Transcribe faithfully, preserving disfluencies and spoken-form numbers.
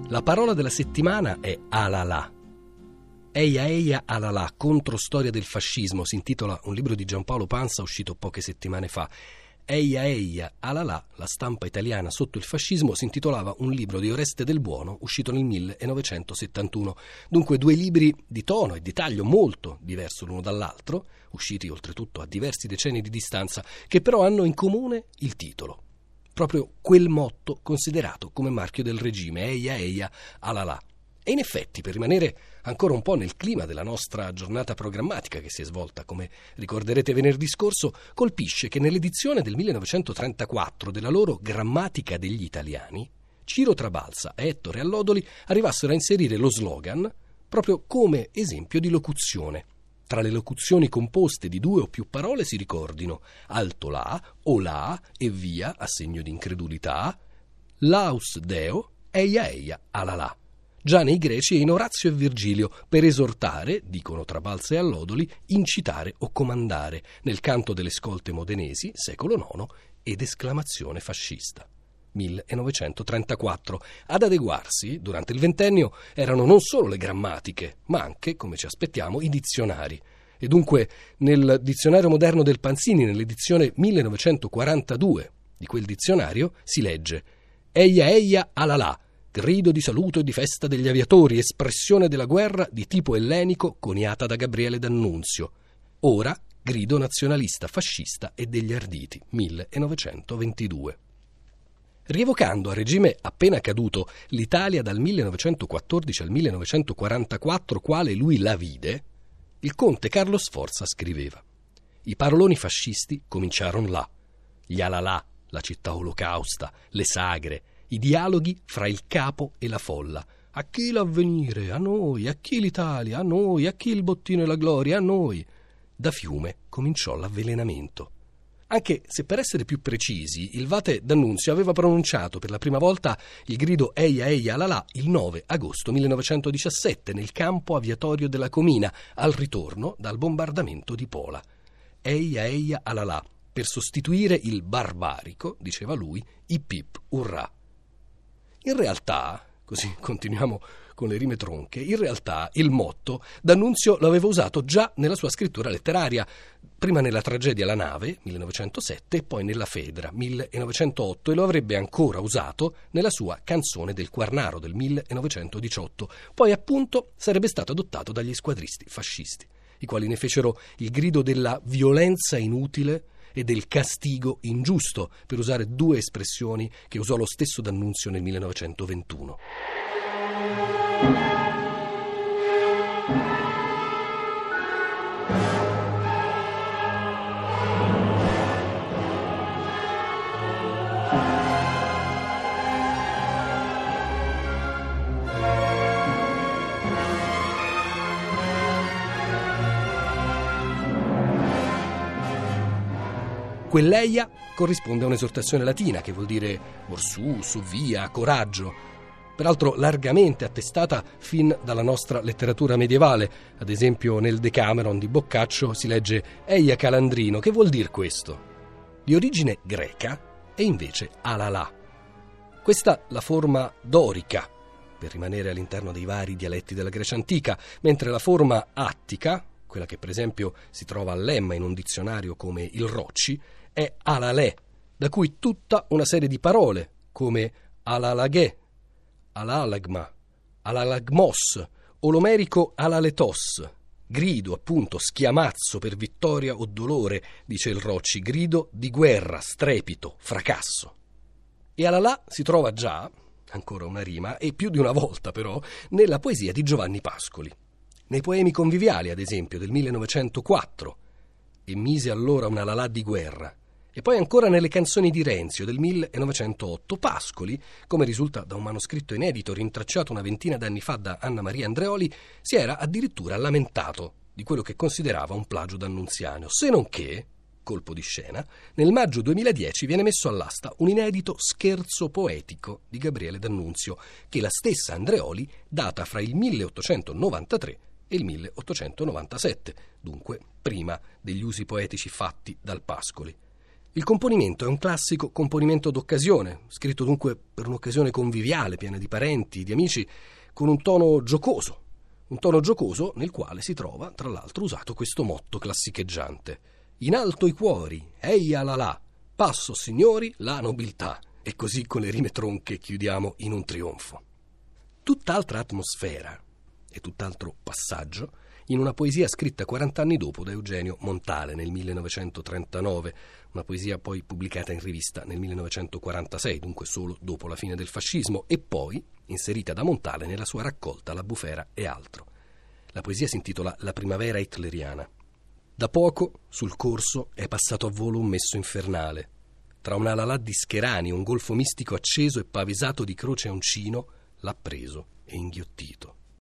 La parola della settimana è alalà. Eia eia alalà, controstoria del fascismo, si intitola un libro di Giampaolo Pansa uscito poche settimane fa. Eia eia alalà, la stampa italiana sotto il fascismo, si intitolava un libro di Oreste Del Buono uscito nel millenovecentosettantuno. Dunque due libri di tono e di taglio molto diverso l'uno dall'altro, usciti oltretutto a diversi decenni di distanza, che però hanno in comune il titolo. Proprio quel motto considerato come marchio del regime, eia eia alalà. E in effetti, per rimanere ancora un po' nel clima della nostra giornata programmatica che si è svolta, come ricorderete venerdì scorso, colpisce che nell'edizione del millenovecentotrentaquattro della loro Grammatica degli Italiani, Ciro Trabalza e Ettore Allodoli arrivassero a inserire lo slogan proprio come esempio di locuzione. Tra le locuzioni composte di due o più parole si ricordino alto là, o là e via a segno di incredulità, laus deo, eia eia alalà. Già nei Greci e in Orazio e Virgilio, per esortare, dicono Trabalza e Allodoli, incitare o comandare, nel canto delle scolte modenesi, secolo nono, ed esclamazione fascista. millenovecentotrentaquattro. Ad adeguarsi, durante il ventennio, erano non solo le grammatiche, ma anche, come ci aspettiamo, i dizionari. E dunque, nel dizionario moderno del Panzini, nell'edizione millenovecentoquarantadue di quel dizionario, si legge eia eia alalà, grido di saluto e di festa degli aviatori, espressione della guerra di tipo ellenico coniata da Gabriele D'Annunzio. Ora, grido nazionalista fascista e degli arditi, millenovecentoventidue. Rievocando a regime appena caduto l'Italia dal millenovecentoquattordici al millenovecentoquarantaquattro quale lui la vide, il conte Carlo Sforza scriveva: i paroloni fascisti cominciarono là, gli alalà, la città olocausta, le sagre, i dialoghi fra il capo e la folla. A chi l'avvenire? A noi. A chi l'Italia? A noi. A chi il bottino e la gloria? A noi. Da Fiume cominciò l'avvelenamento. Anche se, per essere più precisi, il Vate D'Annunzio aveva pronunciato per la prima volta il grido eia eia alalà il nove agosto millenovecentodiciassette nel campo aviatorio della Comina, al ritorno dal bombardamento di Pola. Eia eia alalà, per sostituire il barbarico, diceva lui, ip ip urrà. In realtà, così continuiamo con le rime tronche, in realtà il motto D'Annunzio l'aveva usato già nella sua scrittura letteraria, prima nella tragedia La nave, millenovecentosette, e poi nella Fedra, millenovecentootto, e lo avrebbe ancora usato nella sua Canzone del Quarnaro del millenovecentodiciotto. Poi appunto sarebbe stato adottato dagli squadristi fascisti, i quali ne fecero il grido della violenza inutile e del castigo ingiusto, per usare due espressioni che usò lo stesso D'Annunzio nel millenovecentoventuno. Quell'eia corrisponde a un'esortazione latina che vuol dire orsù, su via, coraggio, peraltro largamente attestata fin dalla nostra letteratura medievale. Ad esempio nel Decameron di Boccaccio si legge eia calandrino, che vuol dire questo. Di origine greca è invece alalà. Questa la forma dorica, per rimanere all'interno dei vari dialetti della Grecia antica, mentre la forma attica, quella che per esempio si trova a Lemma in un dizionario come il Rocci, è alalè, da cui tutta una serie di parole come alalaghe, alalagma, alalagmos, o l'omerico alaletos, grido appunto, schiamazzo per vittoria o dolore, dice il Rocci, grido di guerra, strepito, fracasso. E alalà si trova già, ancora una rima, e più di una volta però, nella poesia di Giovanni Pascoli. Nei poemi conviviali, ad esempio, del millenovecentoquattro, e mise allora una lalà di guerra, e poi ancora nelle canzoni di Renzio del millenovecentootto, Pascoli, come risulta da un manoscritto inedito rintracciato una ventina d'anni fa da Anna Maria Andreoli, si era addirittura lamentato di quello che considerava un plagio d'annunziano, se non che, colpo di scena, nel maggio duemiladieci viene messo all'asta un inedito scherzo poetico di Gabriele D'Annunzio, che la stessa Andreoli data fra il milleottocentonovantatré e il milleottocentonovantasette, dunque prima degli usi poetici fatti dal Pascoli. Il componimento è un classico componimento d'occasione, scritto dunque per un'occasione conviviale, piena di parenti, di amici, con un tono giocoso. Un tono giocoso nel quale si trova, tra l'altro, usato questo motto classicheggiante: in alto i cuori, ehi la là, passo signori la nobiltà. E così con le rime tronche chiudiamo in un trionfo. Tutt'altra atmosfera e tutt'altro passaggio in una poesia scritta quaranta anni dopo da Eugenio Montale nel millenovecentotrentanove, una poesia poi pubblicata in rivista nel millenovecentoquarantasei, dunque solo dopo la fine del fascismo, e poi inserita da Montale nella sua raccolta La bufera e altro. La poesia si intitola La primavera hitleriana. Da poco sul corso è passato a volo un messo infernale. Tra una lalà di scherani, un golfo mistico acceso e pavesato di croce a uncino, l'ha preso e inghiottito.